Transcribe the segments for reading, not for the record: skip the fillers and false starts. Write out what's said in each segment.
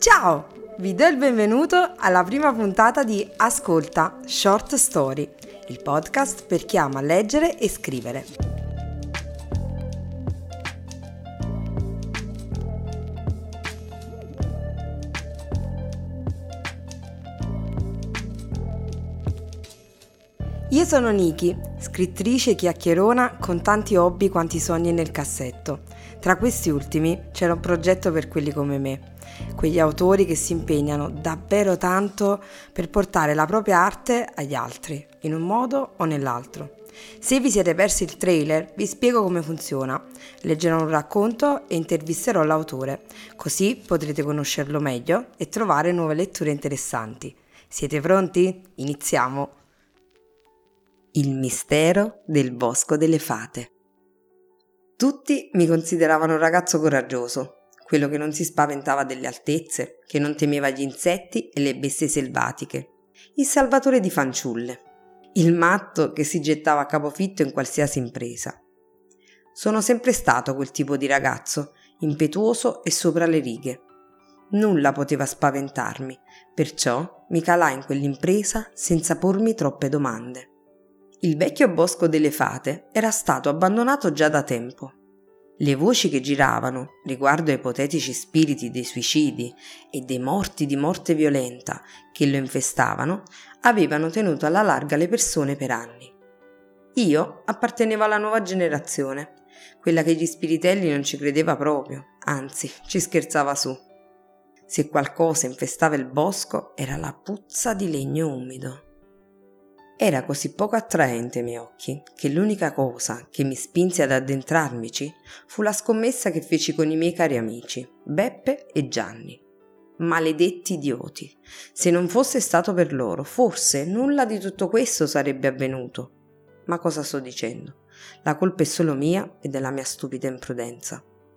Ciao! Vi do il benvenuto alla prima puntata di Ascolta Short Story, il podcast per chi ama leggere e scrivere. Io sono Niki, scrittrice chiacchierona con tanti hobby quanti sogni nel cassetto. Tra questi ultimi c'era un progetto per quelli come me, quegli autori che si impegnano davvero tanto per portare la propria arte agli altri, in un modo o nell'altro. Se vi siete persi il trailer, vi spiego come funziona. Leggerò un racconto e intervisterò l'autore, così potrete conoscerlo meglio e trovare nuove letture interessanti. Siete pronti? Iniziamo! Il mistero del bosco delle fate. Tutti mi consideravano un ragazzo coraggioso, quello che non si spaventava delle altezze, che non temeva gli insetti e le bestie selvatiche, il salvatore di fanciulle, il matto che si gettava a capofitto in qualsiasi impresa. Sono sempre stato quel tipo di ragazzo, impetuoso e sopra le righe. Nulla poteva spaventarmi, perciò mi calai in quell'impresa senza pormi troppe domande. Il vecchio bosco delle fate era stato abbandonato già da tempo. Le voci che giravano riguardo ai ipotetici spiriti dei suicidi e dei morti di morte violenta che lo infestavano avevano tenuto alla larga le persone per anni. Io appartenevo alla nuova generazione, quella che gli spiritelli non ci credeva proprio, anzi ci scherzava su. Se qualcosa infestava il bosco era la puzza di legno umido. Era così poco attraente ai miei occhi che l'unica cosa che mi spinse ad addentrarmici fu la scommessa che feci con i miei cari amici, Beppe e Gianni. Maledetti idioti! Se non fosse stato per loro, forse nulla di tutto questo sarebbe avvenuto. Ma cosa sto dicendo? La colpa è solo mia e della mia stupida imprudenza.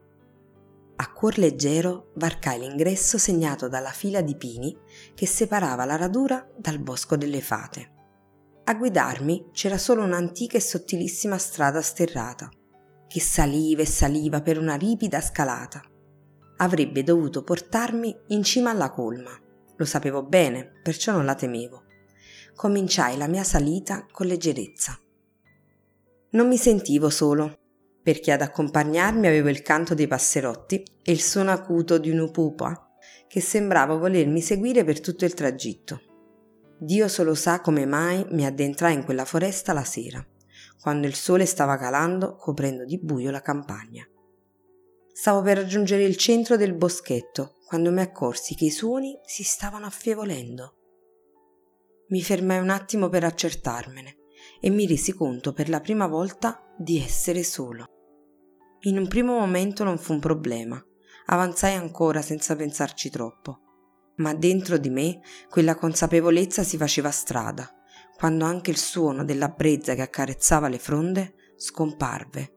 A cuor leggero varcai l'ingresso segnato dalla fila di pini che separava la radura dal bosco delle fate. A guidarmi c'era solo un'antica e sottilissima strada sterrata, che saliva e saliva per una ripida scalata. Avrebbe dovuto portarmi in cima alla colma. Lo sapevo bene, perciò non la temevo. Cominciai la mia salita con leggerezza. Non mi sentivo solo, perché ad accompagnarmi avevo il canto dei passerotti e il suono acuto di un'upupa che sembrava volermi seguire per tutto il tragitto. Dio solo sa come mai mi addentrai in quella foresta la sera, quando il sole stava calando coprendo di buio la campagna. Stavo per raggiungere il centro del boschetto quando mi accorsi che i suoni si stavano affievolendo. Mi fermai un attimo per accertarmene e mi resi conto per la prima volta di essere solo. In un primo momento non fu un problema, avanzai ancora senza pensarci troppo. Ma dentro di me quella consapevolezza si faceva strada, quando anche il suono della brezza che accarezzava le fronde scomparve.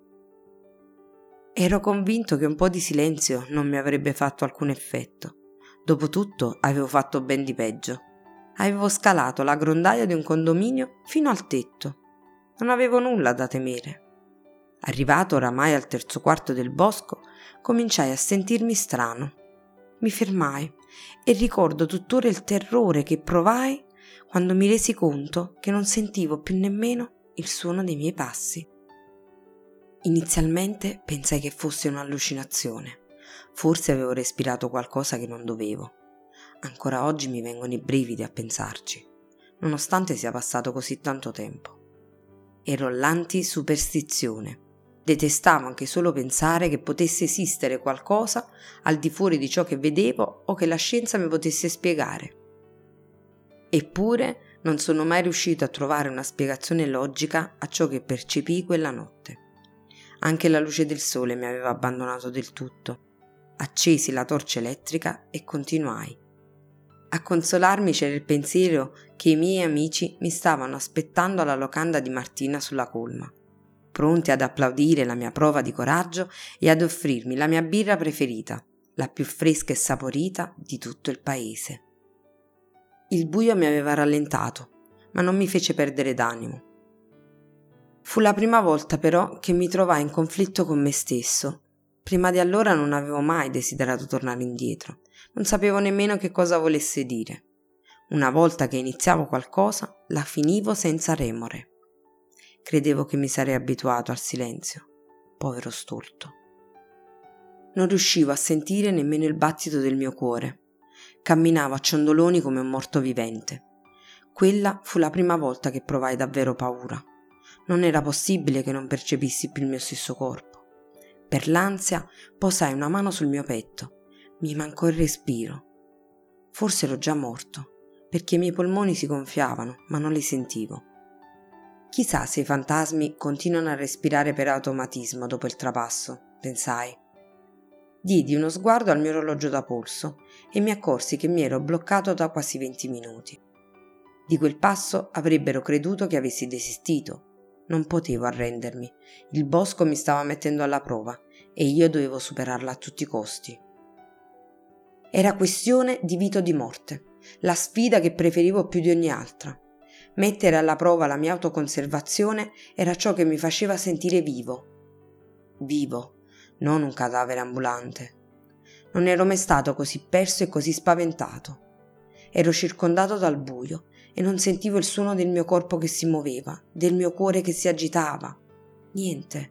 Ero convinto che un po' di silenzio non mi avrebbe fatto alcun effetto. Dopotutto avevo fatto ben di peggio. Avevo scalato la grondaia di un condominio fino al tetto. Non avevo nulla da temere. Arrivato oramai al terzo quarto del bosco, cominciai a sentirmi strano. Mi fermai e ricordo tuttora il terrore che provai quando mi resi conto che non sentivo più nemmeno il suono dei miei passi. Inizialmente pensai che fosse un'allucinazione. Forse avevo respirato qualcosa che non dovevo. Ancora oggi mi vengono i brividi a pensarci, nonostante sia passato così tanto tempo. Ero l'anti-superstizione. Detestavo anche solo pensare che potesse esistere qualcosa al di fuori di ciò che vedevo o che la scienza mi potesse spiegare. Eppure non sono mai riuscito a trovare una spiegazione logica a ciò che percepii quella notte. Anche la luce del sole mi aveva abbandonato del tutto. Accesi la torcia elettrica e continuai. A consolarmi c'era il pensiero che i miei amici mi stavano aspettando alla locanda di Martina sulla colma, pronti ad applaudire la mia prova di coraggio e ad offrirmi la mia birra preferita, la più fresca e saporita di tutto il paese. Il buio mi aveva rallentato, ma non mi fece perdere d'animo. Fu la prima volta però che mi trovai in conflitto con me stesso. Prima di allora non avevo mai desiderato tornare indietro Non sapevo nemmeno che cosa volesse dire. Una volta che iniziavo qualcosa, la finivo senza remore. Credevo che mi sarei abituato al silenzio. Povero stolto. Non riuscivo a sentire nemmeno il battito del mio cuore. Camminavo a ciondoloni come un morto vivente. Quella fu la prima volta che provai davvero paura. Non era possibile che non percepissi più il mio stesso corpo. Per l'ansia posai una mano sul mio petto. Mi mancò il respiro. Forse ero già morto, perché i miei polmoni si gonfiavano, ma non li sentivo. Chissà se i fantasmi continuano a respirare per automatismo dopo il trapasso, pensai. Diedi uno sguardo al mio orologio da polso e mi accorsi che mi ero bloccato da quasi 20 minuti. Di quel passo avrebbero creduto che avessi desistito. Non potevo arrendermi. Il bosco mi stava mettendo alla prova e io dovevo superarla a tutti i costi. Era questione di vita o di morte, la sfida che preferivo più di ogni altra. Mettere alla prova la mia autoconservazione era ciò che mi faceva sentire vivo. Vivo, non un cadavere ambulante. Non ero mai stato così perso e così spaventato. Ero circondato dal buio e non sentivo il suono del mio corpo che si muoveva, del mio cuore che si agitava. Niente.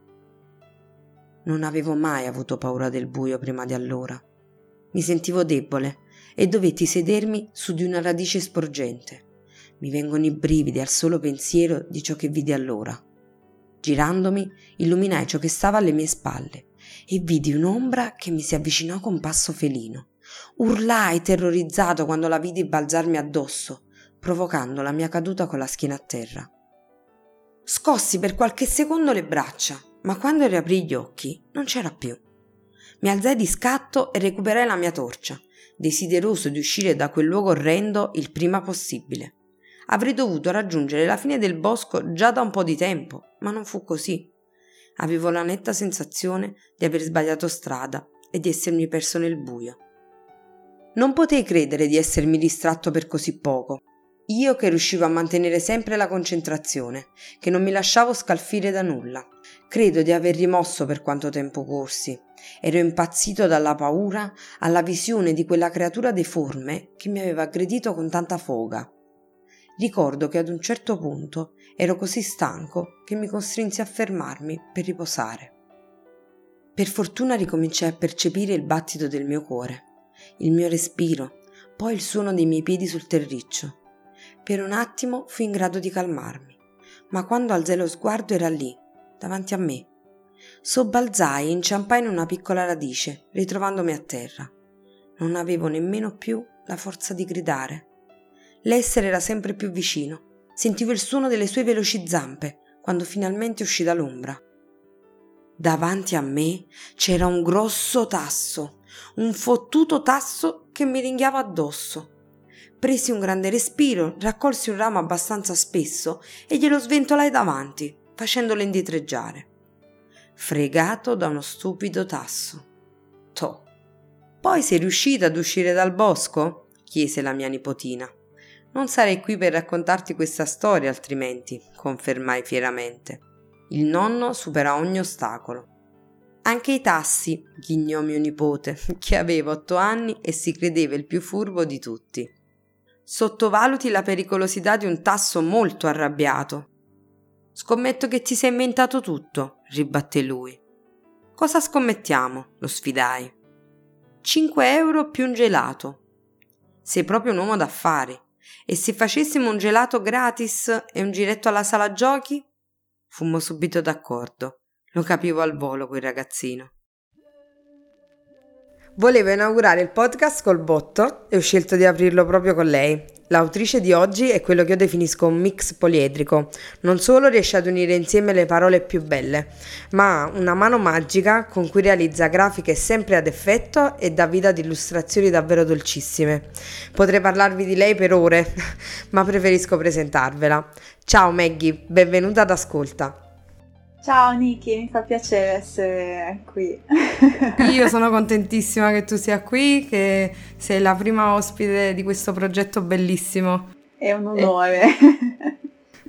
Non avevo mai avuto paura del buio prima di allora. Mi sentivo debole e dovetti sedermi su di una radice sporgente. Mi vengono i brividi al solo pensiero di ciò che vidi allora. Girandomi, illuminai ciò che stava alle mie spalle e vidi un'ombra che mi si avvicinò con passo felino. Urlai terrorizzato quando la vidi balzarmi addosso, provocando la mia caduta con la schiena a terra. Scossi per qualche secondo le braccia, ma quando riaprii gli occhi non c'era più. Mi alzai di scatto e recuperai la mia torcia, desideroso di uscire da quel luogo orrendo il prima possibile. Avrei dovuto raggiungere la fine del bosco già da un po' di tempo, ma non fu così. Avevo la netta sensazione di aver sbagliato strada e di essermi perso nel buio. Non potei credere di essermi distratto per così poco. Io che riuscivo a mantenere sempre la concentrazione, che non mi lasciavo scalfire da nulla. Credo di aver rimosso per quanto tempo corsi. Ero impazzito dalla paura alla visione di quella creatura deforme che mi aveva aggredito con tanta foga. Ricordo che ad un certo punto ero così stanco che mi costrinsi a fermarmi per riposare. Per fortuna ricominciai a percepire il battito del mio cuore, il mio respiro, poi il suono dei miei piedi sul terriccio. Per un attimo fui in grado di calmarmi, ma quando alzai lo sguardo era lì, davanti a me. Sobbalzai e inciampai in una piccola radice, ritrovandomi a terra. Non avevo nemmeno più la forza di gridare. L'essere era sempre più vicino. Sentivo il suono delle sue veloci zampe quando finalmente uscì dall'ombra. Davanti a me c'era un grosso tasso, un fottuto tasso che mi ringhiava addosso. Presi un grande respiro, raccolsi un ramo abbastanza spesso e glielo sventolai davanti, facendolo indietreggiare. Fregato da uno stupido tasso. Toh. Poi sei riuscita ad uscire dal bosco? Chiese la mia nipotina. Non sarei qui per raccontarti questa storia altrimenti, confermai fieramente. Il nonno superò ogni ostacolo. Anche i tassi, ghignò mio nipote, che aveva 8 anni e si credeva il più furbo di tutti. Sottovaluti la pericolosità di un tasso molto arrabbiato. Scommetto che ti sei inventato tutto, ribatté lui. Cosa scommettiamo? Lo sfidai. 5 euro più un gelato. Sei proprio un uomo d'affari. E se facessimo un gelato gratis e un giretto alla sala giochi? Fummo subito d'accordo. Lo capivo al volo quel ragazzino. Volevo inaugurare il podcast col botto e ho scelto di aprirlo proprio con lei. L'autrice di oggi è quello che io definisco un mix poliedrico. Non solo riesce ad unire insieme le parole più belle, ma ha una mano magica con cui realizza grafiche sempre ad effetto e dà vita ad illustrazioni davvero dolcissime. Potrei parlarvi di lei per ore, ma preferisco presentarvela. Ciao Maggie, benvenuta ad Ascolta. Ciao Niki, mi fa piacere essere qui. Io sono contentissima che tu sia qui, che sei la prima ospite di questo progetto bellissimo. È un onore.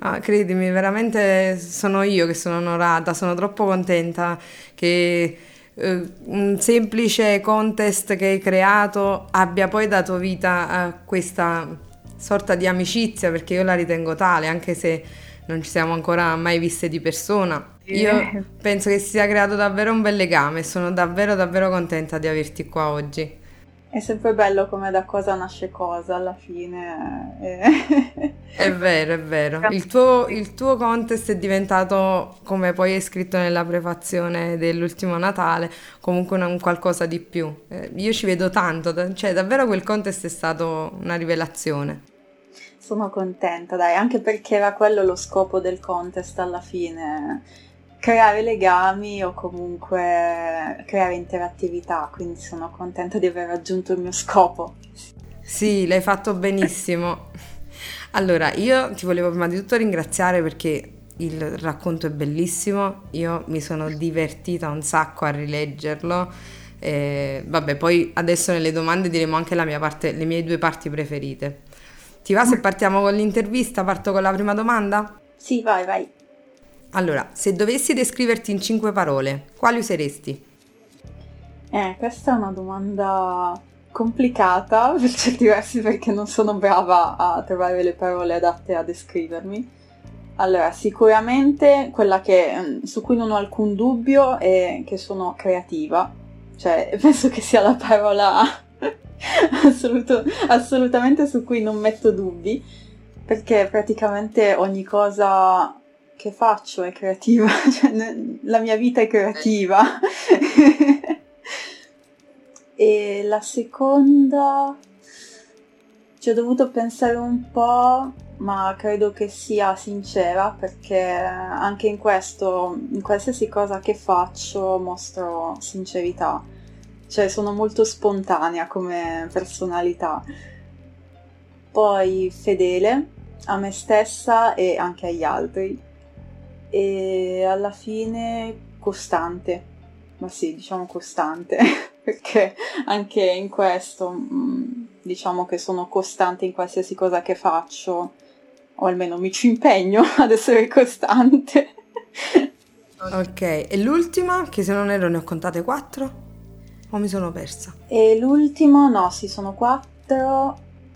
Credimi, veramente sono io che sono onorata, sono troppo contenta che un semplice contest che hai creato abbia poi dato vita a questa sorta di amicizia, perché io la ritengo tale, anche se non ci siamo ancora mai viste di persona. Io penso che si sia creato davvero un bel legame e sono davvero davvero contenta di averti qua oggi. È sempre bello come da cosa nasce cosa alla fine. È vero, è vero. Il tuo contest è diventato, come poi è scritto nella prefazione dell'ultimo Natale, comunque un qualcosa di più. Io ci vedo tanto, cioè davvero quel contest è stato una rivelazione. Sono contenta, dai, anche perché era quello lo scopo del contest alla fine, creare legami o comunque creare interattività, quindi sono contenta di aver raggiunto il mio scopo. Sì, l'hai fatto benissimo. Allora, io ti volevo prima di tutto ringraziare perché il racconto è bellissimo, io mi sono divertita un sacco a rileggerlo. Vabbè, poi adesso nelle domande diremo anche la mia parte, le mie due parti preferite. Ti va se partiamo con l'intervista? Parto con la prima domanda? Sì, vai, vai. Allora, se dovessi descriverti in 5 parole, quali useresti? Questa è una domanda complicata per certi versi perché non sono brava a trovare le parole adatte a descrivermi. Allora, sicuramente quella su cui non ho alcun dubbio è che sono creativa, cioè penso che sia la parola assolutamente su cui non metto dubbi, perché praticamente ogni cosa che faccio è creativa, cioè la mia vita è creativa. E la seconda ci ho dovuto pensare un po', ma credo che sia sincera, perché anche in questo, in qualsiasi cosa che faccio, mostro sincerità, cioè sono molto spontanea come personalità. Poi fedele a me stessa e anche agli altri. E alla fine costante, ma sì, diciamo costante, perché anche in questo diciamo che sono costante in qualsiasi cosa che faccio, o almeno mi ci impegno ad essere costante. Ok, e l'ultima, che se non erro ne ho contate 4, o mi sono persa? E l'ultimo, no, sì, sono 4.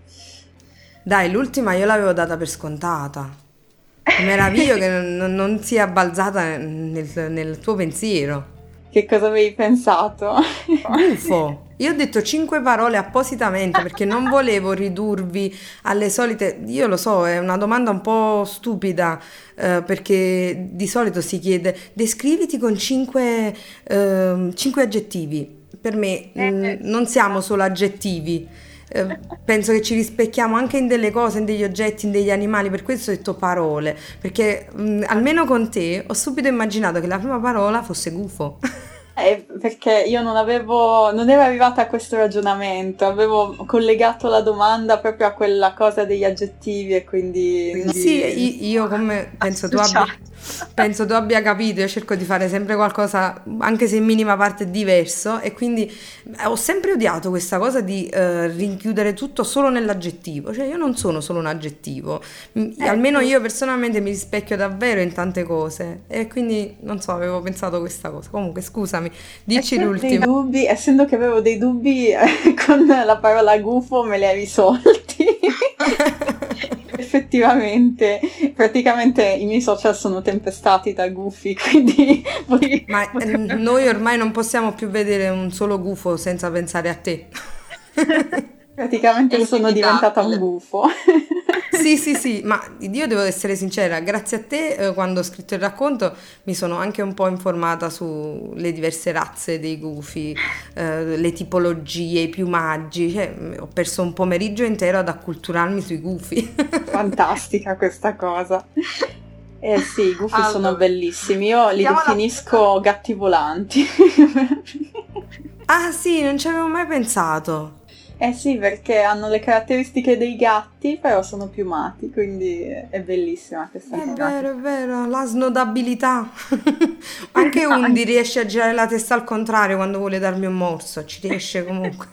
Dai, l'ultima io l'avevo data per scontata. Mi meraviglio che non sia balzata nel tuo pensiero. Che cosa avevi pensato? Gufo. Io ho detto 5 parole appositamente perché non volevo ridurvi alle solite. Io lo so, è una domanda un po' stupida, perché di solito si chiede descriviti con 5 aggettivi. Per me non siamo solo aggettivi. Penso che ci rispecchiamo anche in delle cose, in degli oggetti, in degli animali, per questo ho detto parole, perché almeno con te ho subito immaginato che la prima parola fosse gufo. Perché io non ero arrivata a questo ragionamento, avevo collegato la domanda proprio a quella cosa degli aggettivi e quindi... Sì, io come penso tu abbia capito, io cerco di fare sempre qualcosa, anche se in minima parte diverso, e quindi ho sempre odiato questa cosa di rinchiudere tutto solo nell'aggettivo, cioè io non sono solo un aggettivo, almeno io personalmente mi rispecchio davvero in tante cose e quindi non so, avevo pensato questa cosa. Comunque scusami, dici l'ultima. Essendo che avevo dei dubbi con la parola gufo me li hai risolti. Effettivamente, praticamente i miei social sono tempestati da gufi, quindi... Ma noi ormai non possiamo più vedere un solo gufo senza pensare a te. Praticamente sono diventata un gufo. Sì, ma io devo essere sincera, grazie a te quando ho scritto il racconto mi sono anche un po' informata sulle diverse razze dei gufi, le tipologie, i piumaggi, cioè ho perso un pomeriggio intero ad acculturarmi sui gufi. Fantastica questa cosa. Sì, i gufi sono bellissimi, io li definisco gatti volanti. Ah sì, non ci avevo mai pensato. Sì, perché hanno le caratteristiche dei gatti, però sono piumati, quindi è bellissima questa cosa. È vero, la snodabilità. Anche Undi riesce a girare la testa al contrario quando vuole darmi un morso, ci riesce comunque.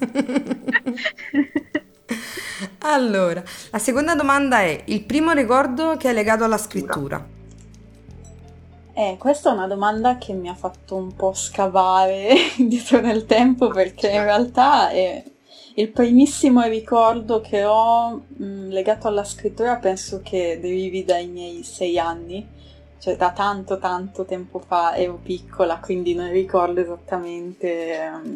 Allora, la seconda domanda è: il primo ricordo che hai legato alla scrittura? Questa è una domanda che mi ha fatto un po' scavare dietro nel tempo, perché in realtà è il primissimo ricordo che ho legato alla scrittura, penso che derivi dai miei 6 anni, cioè da tanto tanto tempo fa. Ero piccola, quindi non ricordo esattamente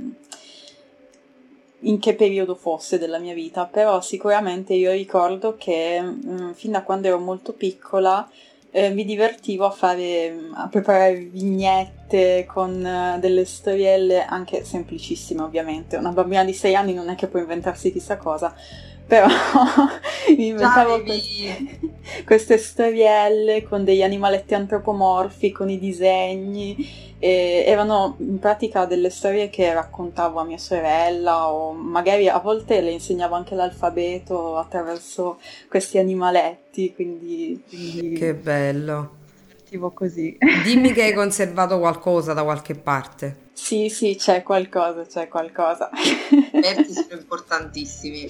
in che periodo fosse della mia vita, però sicuramente io ricordo che fin da quando ero molto piccola mi divertivo a preparare vignette con delle storielle, anche semplicissime ovviamente. Una bambina di 6 anni non è che può inventarsi chissà cosa, però mi inventavo queste storielle con degli animaletti antropomorfi, con i disegni. E erano in pratica delle storie che raccontavo a mia sorella, o magari a volte le insegnavo anche l'alfabeto attraverso questi animaletti, quindi Che bello. tipo così. Dimmi che hai conservato qualcosa da qualche parte. Sì, c'è qualcosa. Certi sono importantissimi.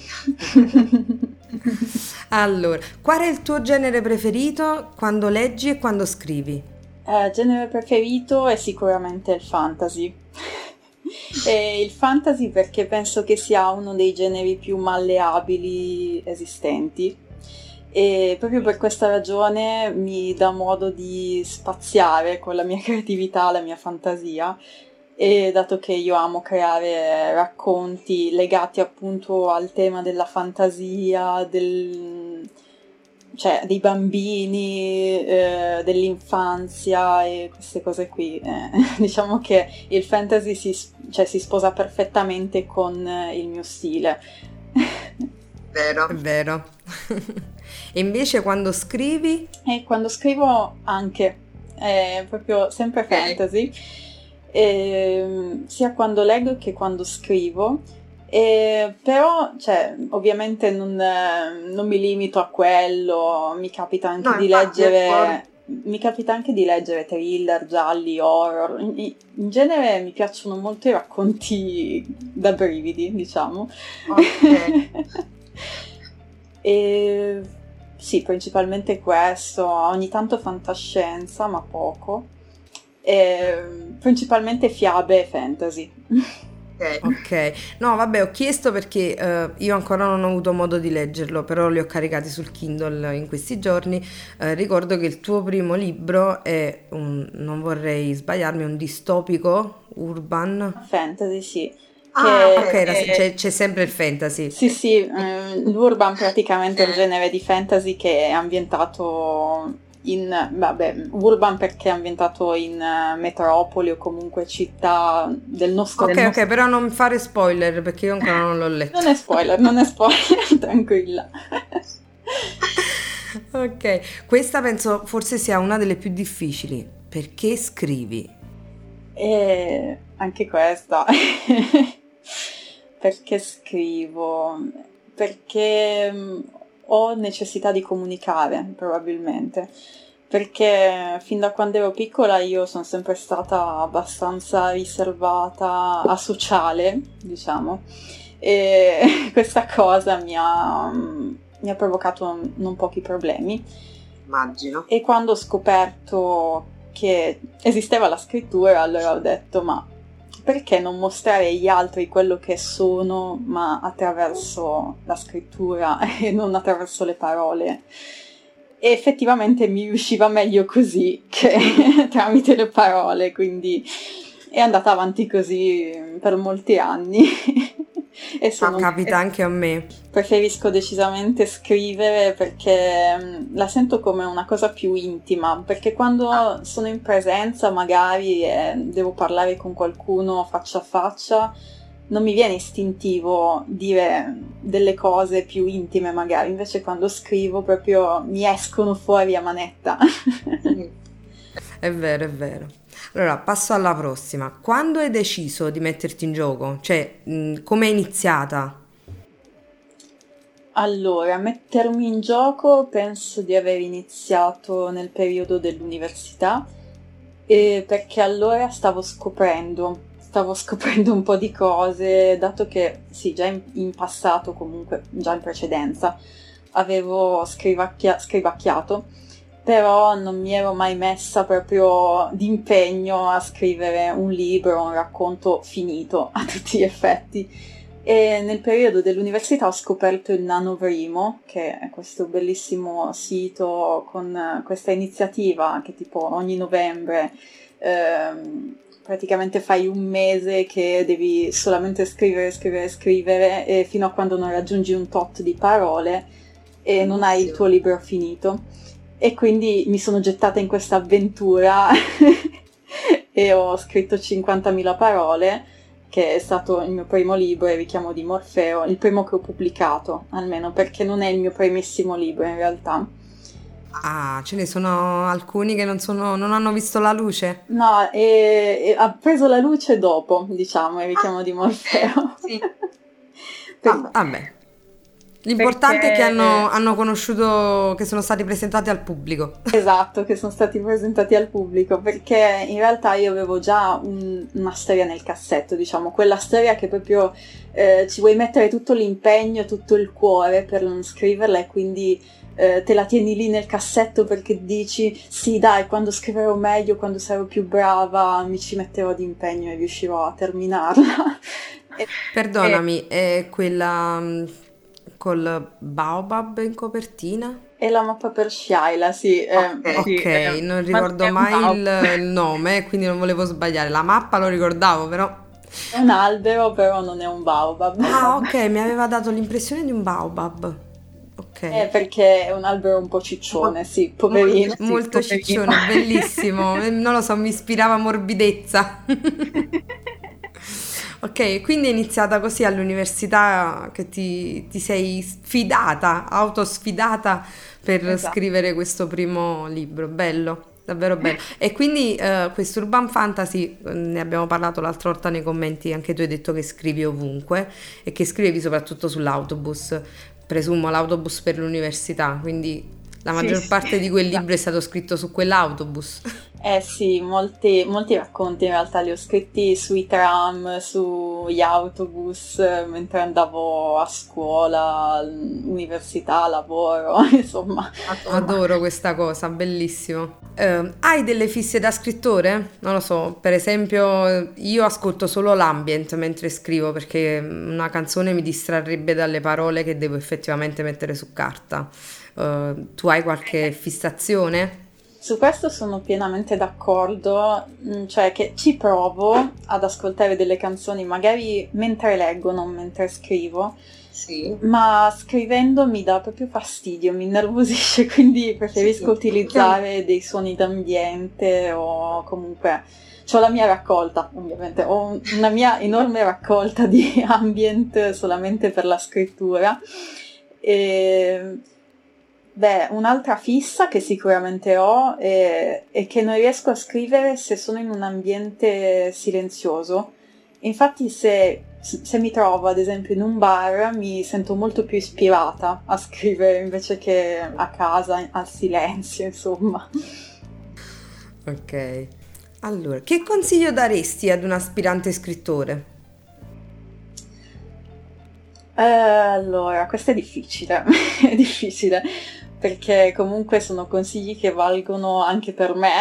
Allora, qual è il tuo genere preferito quando leggi e quando scrivi? Genere preferito è sicuramente il fantasy. E il fantasy perché penso che sia uno dei generi più malleabili esistenti, e proprio per questa ragione mi dà modo di spaziare con la mia creatività, la mia fantasia, e dato che io amo creare racconti legati appunto al tema della fantasia, cioè dei bambini, dell'infanzia e queste cose qui, diciamo che il fantasy si sposa perfettamente con il mio stile. Vero. È vero. E invece quando scrivi? E quando scrivo anche, proprio sempre fantasy, sia quando leggo che quando scrivo. Però, cioè, ovviamente non mi limito a quello, mi capita anche di leggere. Mi capita anche di leggere thriller, gialli, horror. In genere mi piacciono molto i racconti da brividi, diciamo. Ok. E sì, principalmente questo, ogni tanto fantascienza, ma poco. Principalmente fiabe e fantasy. Ok, no vabbè, ho chiesto perché io ancora non ho avuto modo di leggerlo, però li ho caricati sul Kindle in questi giorni. Ricordo che il tuo primo libro è non vorrei sbagliarmi, un distopico urban Fantasy, sì. Ok, c'è sempre il fantasy. Sì, l'urban praticamente è il genere di fantasy che è ambientato urban perché è ambientato in metropoli o comunque città del nostro... Ok, però non fare spoiler perché io ancora non l'ho letto. Non è spoiler, tranquilla. Ok, questa penso forse sia una delle più difficili. Perché scrivi? Anche questa. Perché scrivo? Perché ho necessità di comunicare, probabilmente, perché fin da quando ero piccola io sono sempre stata abbastanza riservata, asociale, diciamo, e questa cosa mi ha provocato non pochi problemi. Immagino. E quando ho scoperto che esisteva la scrittura, allora ho detto, ma perché non mostrare agli altri quello che sono, ma attraverso la scrittura e non attraverso le parole? E effettivamente mi riusciva meglio così che tramite le parole, quindi è andata avanti così per molti anni. Capita anche a me. Preferisco decisamente scrivere perché la sento come una cosa più intima, perché quando sono in presenza magari devo parlare con qualcuno faccia a faccia, non mi viene istintivo dire delle cose più intime magari, invece quando scrivo proprio mi escono fuori a manetta. È vero. Allora, passo alla prossima. Quando hai deciso di metterti in gioco? Cioè, come è iniziata? Allora, mettermi in gioco penso di aver iniziato nel periodo dell'università, perché allora stavo scoprendo un po' di cose, dato che sì, già in passato, comunque già in precedenza, avevo scrivacchiato, però non mi ero mai messa proprio d'impegno a scrivere un libro, un racconto finito a tutti gli effetti. E nel periodo dell'università ho scoperto il Nanovrimo, che è questo bellissimo sito con questa iniziativa che tipo ogni novembre praticamente fai un mese che devi solamente scrivere e fino a quando non raggiungi un tot di parole e non hai il tuo libro finito. E quindi mi sono gettata in questa avventura e ho scritto 50.000 parole, che è stato il mio primo libro, Il richiamo di Morfeo, il primo che ho pubblicato, almeno perché non è il mio primissimo libro in realtà. Ah, ce ne sono alcuni che non hanno visto la luce? No, e ha preso la luce dopo, diciamo, Il richiamo di Morfeo. Sì. Vabbè. L'importante è che hanno conosciuto, che sono stati presentati al pubblico. Esatto, che sono stati presentati al pubblico, perché in realtà io avevo già una storia nel cassetto, diciamo, quella storia che proprio ci vuoi mettere tutto l'impegno, tutto il cuore per non scriverla e quindi te la tieni lì nel cassetto perché dici sì dai, quando scriverò meglio, quando sarò più brava mi ci metterò d'impegno e riuscirò a terminarla. Perdonami, è quella col baobab in copertina? È la mappa per Shyla, sì. Ok, non ricordo mai il nome, quindi non volevo sbagliare. La mappa lo ricordavo, però... È un albero, però non è un baobab. Ah, ok, mi aveva dato l'impressione di un baobab. Ok. Perché è un albero un po' ciccione, sì, poverino. Molto ciccione, bellissimo. Non lo so, mi ispirava morbidezza. Ok, quindi è iniziata così all'università che ti sei sfidata, autosfidata per scrivere questo primo libro. Bello, davvero bello. E quindi questo Urban Fantasy, ne abbiamo parlato l'altra volta nei commenti, anche tu hai detto che scrivi ovunque e che scrivevi soprattutto sull'autobus, presumo l'autobus per l'università, quindi la maggior parte di quel libro è stato scritto su quell'autobus. Sì, molti racconti in realtà li ho scritti sui tram, sugli autobus, mentre andavo a scuola, all'università, lavoro, insomma. Adoro questa cosa, bellissimo. Hai delle fisse da scrittore? Non lo so, per esempio io ascolto solo l'ambient mentre scrivo perché una canzone mi distrarrebbe dalle parole che devo effettivamente mettere su carta. Tu hai qualche fissazione? Su questo sono pienamente d'accordo, cioè che ci provo ad ascoltare delle canzoni magari mentre leggo, non mentre scrivo, sì. Ma scrivendo mi dà proprio fastidio, mi innervosisce, quindi preferisco utilizzare dei suoni d'ambiente o comunque... C'ho la mia raccolta, ovviamente, ho una mia enorme raccolta di ambient solamente per la scrittura. Un'altra fissa che sicuramente ho è che non riesco a scrivere se sono in un ambiente silenzioso. Infatti se mi trovo ad esempio in un bar mi sento molto più ispirata a scrivere invece che a casa al silenzio, insomma. Ok. Allora, che consiglio daresti ad un aspirante scrittore? Allora, questo è difficile, è difficile, perché comunque sono consigli che valgono anche per me.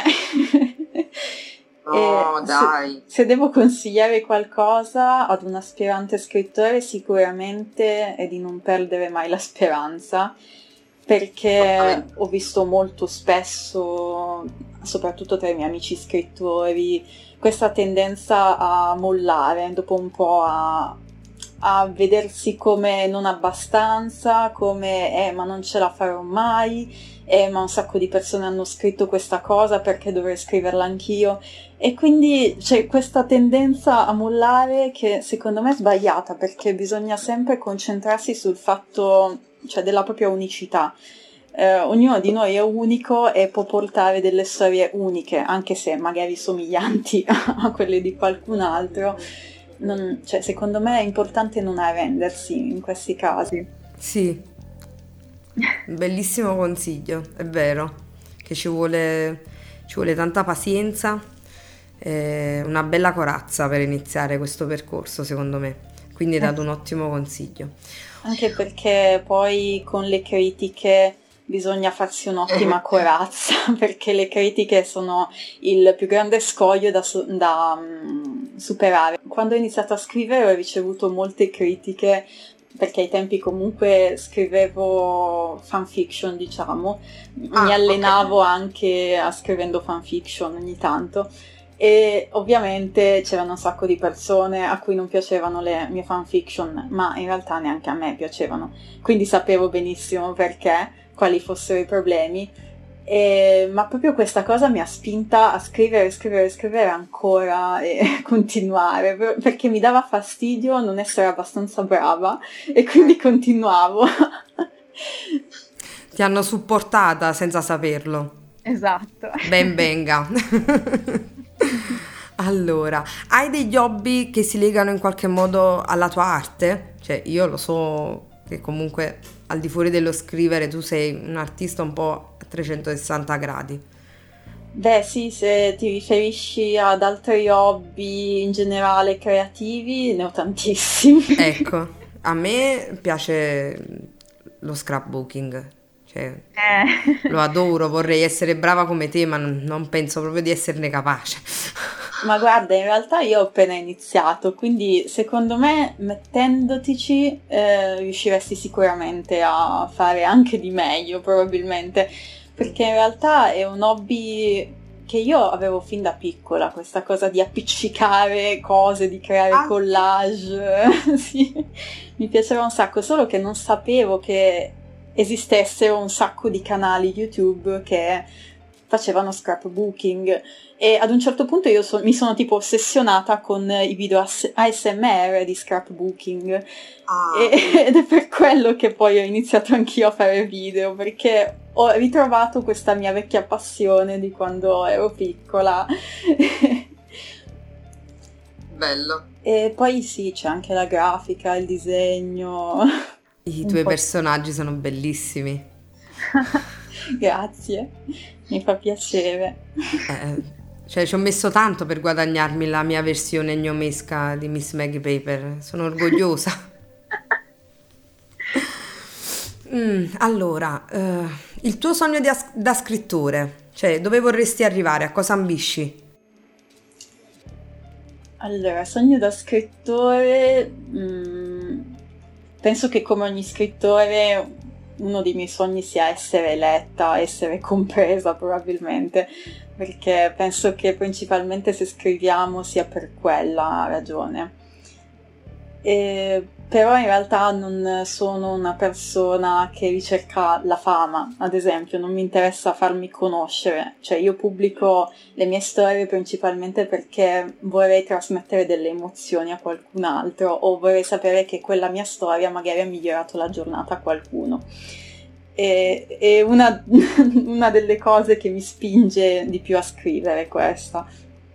No, dai. Se devo consigliare qualcosa ad un aspirante scrittore, sicuramente è di non perdere mai la speranza, perché ho visto molto spesso, soprattutto tra i miei amici scrittori, questa tendenza a mollare, dopo un po' a vedersi come non abbastanza, come ma non ce la farò mai, ma un sacco di persone hanno scritto questa cosa, perché dovrei scriverla anch'io, e quindi c'è questa tendenza a mollare che secondo me è sbagliata, perché bisogna sempre concentrarsi sul fatto, cioè, della propria unicità. Ognuno di noi è unico e può portare delle storie uniche, anche se magari somiglianti a quelle di qualcun altro. Cioè, secondo me è importante non arrendersi in questi casi. Sì, bellissimo consiglio, è vero, che ci vuole tanta pazienza, una bella corazza per iniziare questo percorso, secondo me, quindi hai dato un ottimo consiglio. Anche perché poi con le critiche bisogna farsi un'ottima corazza perché le critiche sono il più grande scoglio da superare. Quando ho iniziato a scrivere ho ricevuto molte critiche perché ai tempi comunque scrivevo fanfiction, diciamo, mi allenavo anche a scrivendo fanfiction ogni tanto. E ovviamente c'erano un sacco di persone a cui non piacevano le mie fanfiction, ma in realtà neanche a me piacevano, quindi sapevo benissimo perché, quali fossero i problemi, ma proprio questa cosa mi ha spinta a scrivere ancora e continuare, perché mi dava fastidio non essere abbastanza brava e quindi continuavo. Ti hanno supportata senza saperlo. Esatto. Ben venga. Allora, hai degli hobby che si legano in qualche modo alla tua arte? Cioè, io lo so che comunque al di fuori dello scrivere tu sei un artista un po' a 360 gradi. Beh sì, se ti riferisci ad altri hobby in generale creativi, ne ho tantissimi. Ecco, a me piace lo scrapbooking. Cioè, lo adoro, vorrei essere brava come te, ma non penso proprio di esserne capace. Ma guarda, in realtà io ho appena iniziato, quindi secondo me mettendotici riusciresti sicuramente a fare anche di meglio, probabilmente, perché in realtà è un hobby che io avevo fin da piccola, questa cosa di appiccicare cose, di creare collage, sì, mi piaceva un sacco, solo che non sapevo che esistessero un sacco di canali YouTube che facevano scrapbooking e ad un certo punto io mi sono tipo ossessionata con i video ASMR di scrapbooking ed è per quello che poi ho iniziato anch'io a fare video, perché ho ritrovato questa mia vecchia passione di quando ero piccola. Bello. E poi sì, c'è anche la grafica, il disegno. I tuoi personaggi sono bellissimi. Grazie, mi fa piacere. Cioè ci ho messo tanto per guadagnarmi la mia versione gnomesca di Miss Maggie Paper, sono orgogliosa. Allora, il tuo sogno da scrittore, cioè dove vorresti arrivare, a cosa ambisci? Allora, sogno da scrittore, penso che come ogni scrittore uno dei miei sogni sia essere letta, essere compresa probabilmente, perché penso che principalmente se scriviamo sia per quella ragione. Però in realtà non sono una persona che ricerca la fama, ad esempio, non mi interessa farmi conoscere, cioè io pubblico le mie storie principalmente perché vorrei trasmettere delle emozioni a qualcun altro o vorrei sapere che quella mia storia magari ha migliorato la giornata a qualcuno. E una delle cose che mi spinge di più a scrivere è questa.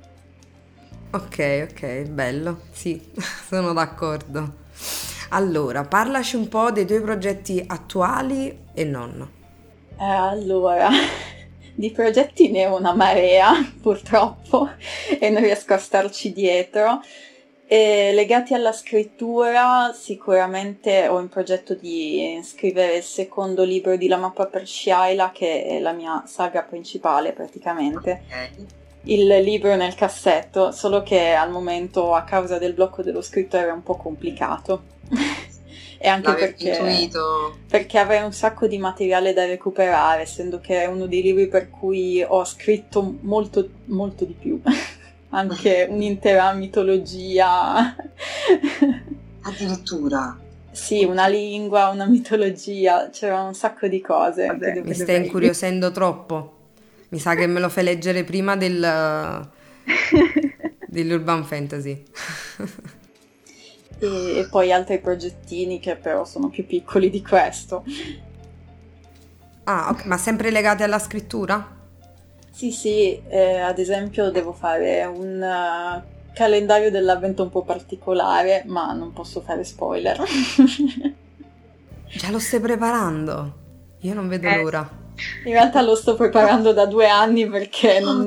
Ok, bello, sì, sono d'accordo. Allora, parlaci un po' dei tuoi progetti attuali e non. Allora, di progetti ne ho una marea, purtroppo, e non riesco a starci dietro. Legati alla scrittura, sicuramente ho in progetto di scrivere il secondo libro di La mappa per Shyla, che è la mia saga principale praticamente. Ok. Il libro è nel cassetto, solo che al momento a causa del blocco dello scrittore è un po' complicato. E anche perché avrei un sacco di materiale da recuperare, essendo che è uno dei libri per cui ho scritto molto, molto di più. Anche un'intera mitologia. Addirittura. Sì, una lingua, una mitologia, c'era un sacco di cose. Vabbè, mi stai incuriosendo troppo. Mi sa che me lo fai leggere prima dell'Urban Fantasy. E poi altri progettini che però sono più piccoli di questo. Ah, ok, ma sempre legati alla scrittura? Sì, ad esempio devo fare un calendario dell'avvento un po' particolare, ma non posso fare spoiler. Già lo stai preparando? Io non vedo l'ora. In realtà lo sto preparando da 2 anni perché non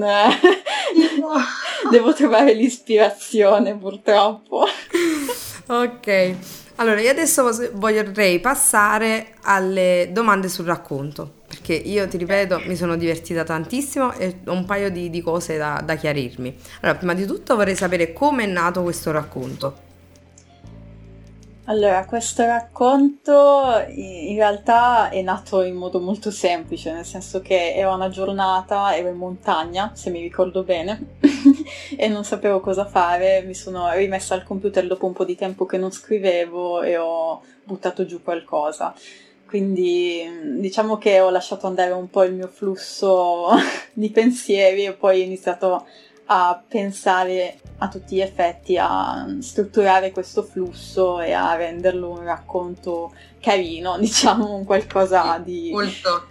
devo trovare l'ispirazione, purtroppo. Ok, Allora, io adesso vorrei passare alle domande sul racconto, perché io ti ripeto, mi sono divertita tantissimo e ho un paio di cose da chiarirmi. Allora, prima di tutto vorrei sapere come è nato questo racconto. Allora, questo racconto in realtà è nato in modo molto semplice, nel senso che era una giornata, ero in montagna, se mi ricordo bene, e non sapevo cosa fare, mi sono rimessa al computer dopo un po' di tempo che non scrivevo e ho buttato giù qualcosa. Quindi diciamo che ho lasciato andare un po' il mio flusso di pensieri e poi ho iniziato a pensare a tutti gli effetti, a strutturare questo flusso e a renderlo un racconto carino, diciamo, un qualcosa di... Molto.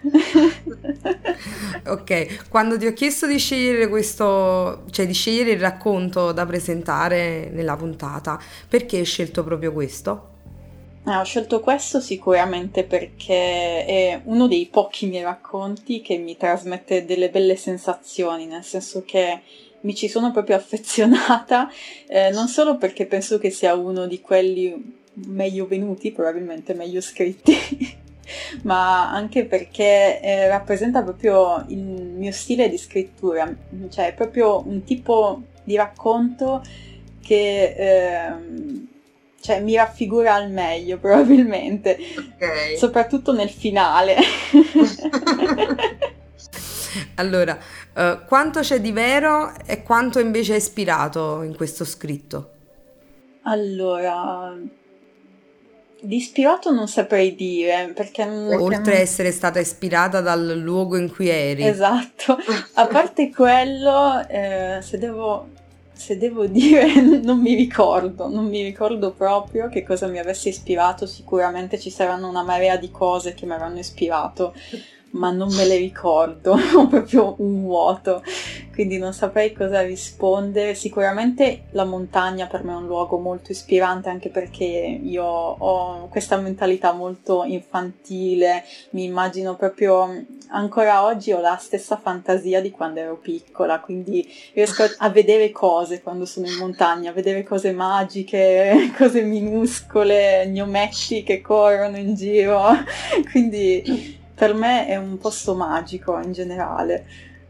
Ok, quando ti ho chiesto di scegliere di scegliere il racconto da presentare nella puntata, perché hai scelto proprio questo? Ho scelto questo sicuramente perché è uno dei pochi miei racconti che mi trasmette delle belle sensazioni, nel senso che mi ci sono proprio affezionata, non solo perché penso che sia uno di quelli meglio venuti, probabilmente meglio scritti, ma anche perché rappresenta proprio il mio stile di scrittura, cioè è proprio un tipo di racconto che cioè, mi raffigura al meglio probabilmente, Ok. soprattutto nel finale. Allora, quanto c'è di vero e quanto invece è ispirato in questo scritto? Allora, di ispirato non saprei dire, perché... Oltre a essere stata ispirata dal luogo in cui eri. Esatto, a parte quello, se devo dire, non mi ricordo proprio che cosa mi avesse ispirato, sicuramente ci saranno una marea di cose che mi avranno ispirato, ma non me le ricordo, ho proprio un vuoto, quindi non saprei cosa rispondere. Sicuramente la montagna per me è un luogo molto ispirante, anche perché io ho questa mentalità molto infantile, mi immagino proprio, ancora oggi ho la stessa fantasia di quando ero piccola, quindi riesco a vedere cose quando sono in montagna, a vedere cose magiche, cose minuscole, gnometti che corrono in giro, quindi per me è un posto magico in generale.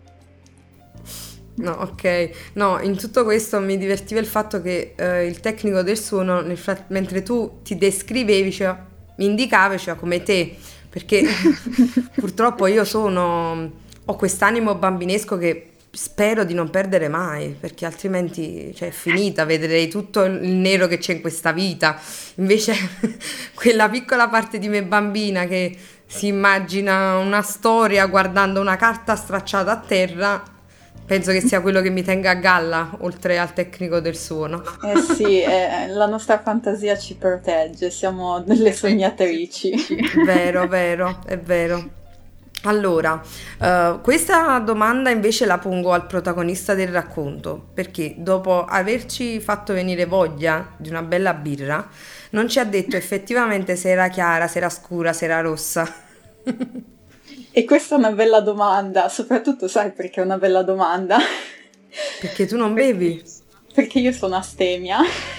No, ok. No, in tutto questo mi divertiva il fatto che il tecnico del suono, mentre tu ti descrivevi, cioè, mi indicavi, cioè, come te, perché purtroppo ho quest'animo bambinesco che spero di non perdere mai, perché altrimenti, cioè, è finita, vedrei tutto il nero che c'è in questa vita. Invece quella piccola parte di me bambina che si immagina una storia guardando una carta stracciata a terra, penso che sia quello che mi tenga a galla, oltre al tecnico del suono. Eh sì, la nostra fantasia ci protegge, siamo delle sognatrici. Vero, vero, è vero. Allora, questa domanda invece la pongo al protagonista del racconto, perché dopo averci fatto venire voglia di una bella birra, non ci ha detto effettivamente se era chiara, se era scura, se era rossa. E questa è una bella domanda, soprattutto sai perché è una bella domanda? Perché tu non bevi? Perché io sono astemia.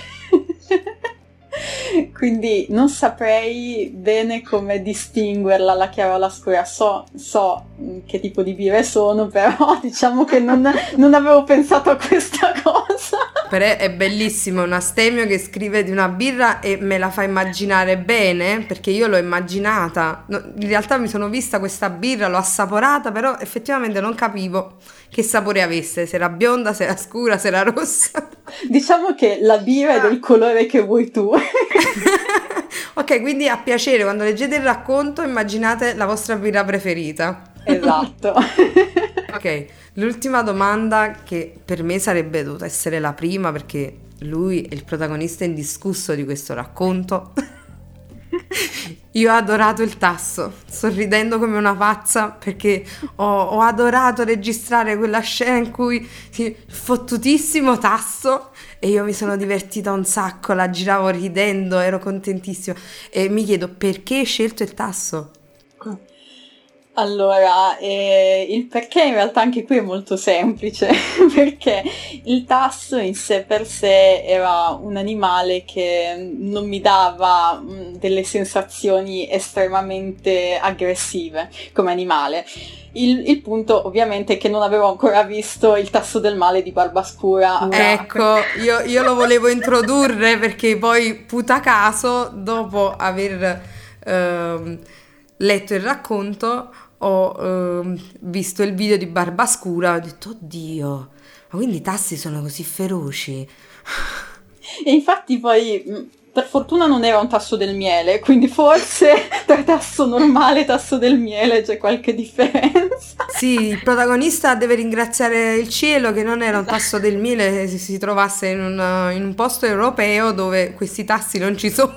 Quindi non saprei bene come distinguerla, la chiara o la scura. So che tipo di birre sono, però diciamo che non avevo pensato a questa cosa. Però è bellissimo, un astemio che scrive di una birra e me la fa immaginare bene, perché io l'ho immaginata. In realtà mi sono vista questa birra, l'ho assaporata, però effettivamente non capivo che sapore avesse, se era bionda, se era scura, se era rossa. Diciamo che la birra è del colore che vuoi tu. Ok, quindi a piacere, quando leggete il racconto immaginate la vostra birra preferita. Esatto. Ok, l'ultima domanda, che per me sarebbe dovuta essere la prima, perché lui è il protagonista indiscusso di questo racconto. Io ho adorato il tasso, sto ridendo come una pazza perché ho adorato registrare quella scena in cui fottutissimo tasso, e io mi sono divertita un sacco, la giravo ridendo, ero contentissima, e mi chiedo perché hai scelto il tasso? Allora, il perché in realtà anche qui è molto semplice, perché il tasso in sé per sé era un animale che non mi dava delle sensazioni estremamente aggressive come animale. Il punto ovviamente è che non avevo ancora visto il tasso del male di Barbascura. Ecco, io lo volevo introdurre perché poi, puta caso, dopo aver letto il racconto, ho visto il video di Barbascura e ho detto, oddio, ma quindi i tassi sono così feroci? E infatti poi, per fortuna non era un tasso del miele, quindi forse tra tasso normale e tasso del miele c'è qualche differenza. Sì, il protagonista deve ringraziare il cielo che non era un tasso del miele se si trovasse in un posto europeo dove questi tassi non ci sono.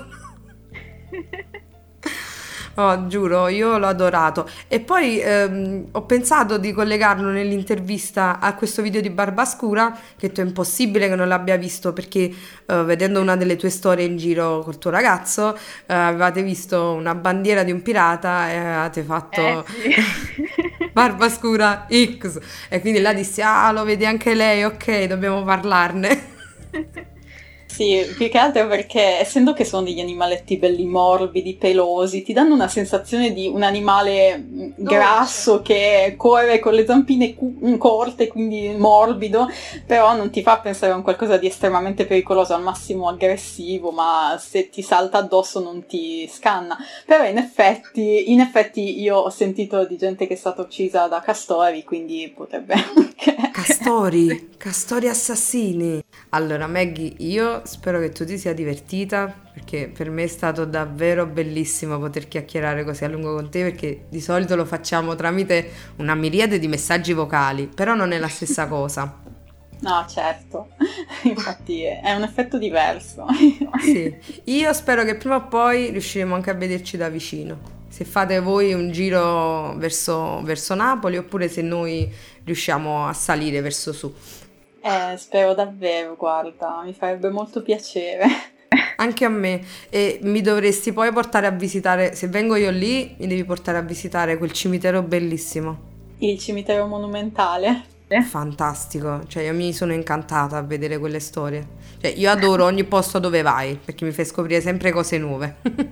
Oh, giuro, io l'ho adorato. E poi ho pensato di collegarlo nell'intervista a questo video di Barbascura, che è impossibile che non l'abbia visto perché vedendo una delle tue storie in giro col tuo ragazzo, avevate visto una bandiera di un pirata e avevate fatto Sì. Barbascura X. E quindi là dissi, ah, lo vedi anche lei, ok, dobbiamo parlarne. Sì, più che altro perché essendo che sono degli animaletti belli morbidi, pelosi, ti danno una sensazione di un animale grasso che corre con le zampine corte, quindi morbido, però non ti fa pensare a un qualcosa di estremamente pericoloso, al massimo aggressivo, ma se ti salta addosso non ti scanna. Però in effetti io ho sentito di gente che è stata uccisa da castori, quindi potrebbe anche... Castori assassini. Allora, Maggie, io spero che tu ti sia divertita perché per me è stato davvero bellissimo poter chiacchierare così a lungo con te perché di solito lo facciamo tramite una miriade di messaggi vocali, però non è la stessa cosa. No, certo, infatti è un effetto diverso. Sì, io spero che prima o poi riusciremo anche a vederci da vicino. Se fate voi un giro verso Napoli oppure se noi riusciamo a salire verso su. Spero davvero, guarda, mi farebbe molto piacere. Anche a me. E mi dovresti poi portare a visitare, se vengo io lì, mi devi portare a visitare quel cimitero bellissimo. Il cimitero monumentale. Fantastico, cioè io mi sono incantata a vedere quelle storie. Cioè io adoro ogni posto dove vai perché mi fai scoprire sempre cose nuove.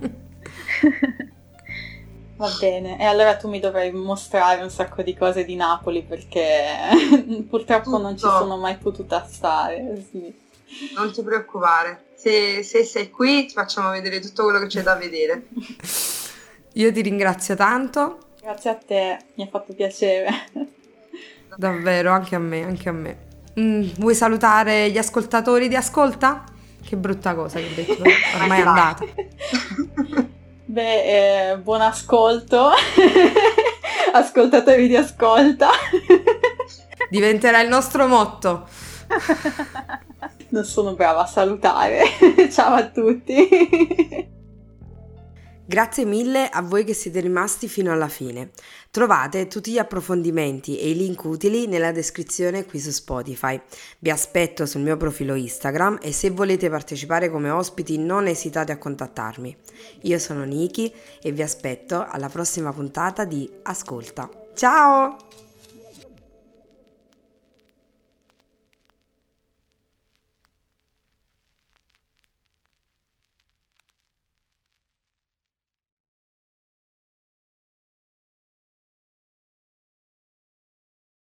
Va bene, e allora tu mi dovrai mostrare un sacco di cose di Napoli perché purtroppo non ci sono mai potuta stare. Sì. Non ti preoccupare, se sei qui ti facciamo vedere tutto quello che c'è da vedere. Io ti ringrazio tanto. Grazie a te, mi ha fatto piacere. Davvero, anche a me, anche a me. Vuoi salutare gli ascoltatori di Ascolta? Che brutta cosa che ho detto, ormai è andata. Beh, buon ascolto, ascoltatori di Ascolta. Diventerà il nostro motto. Non sono brava a salutare. Ciao a tutti. Grazie mille a voi che siete rimasti fino alla fine. Trovate tutti gli approfondimenti e i link utili nella descrizione qui su Spotify. Vi aspetto sul mio profilo Instagram e se volete partecipare come ospiti non esitate a contattarmi. Io sono Niki e vi aspetto alla prossima puntata di Ascolta. Ciao!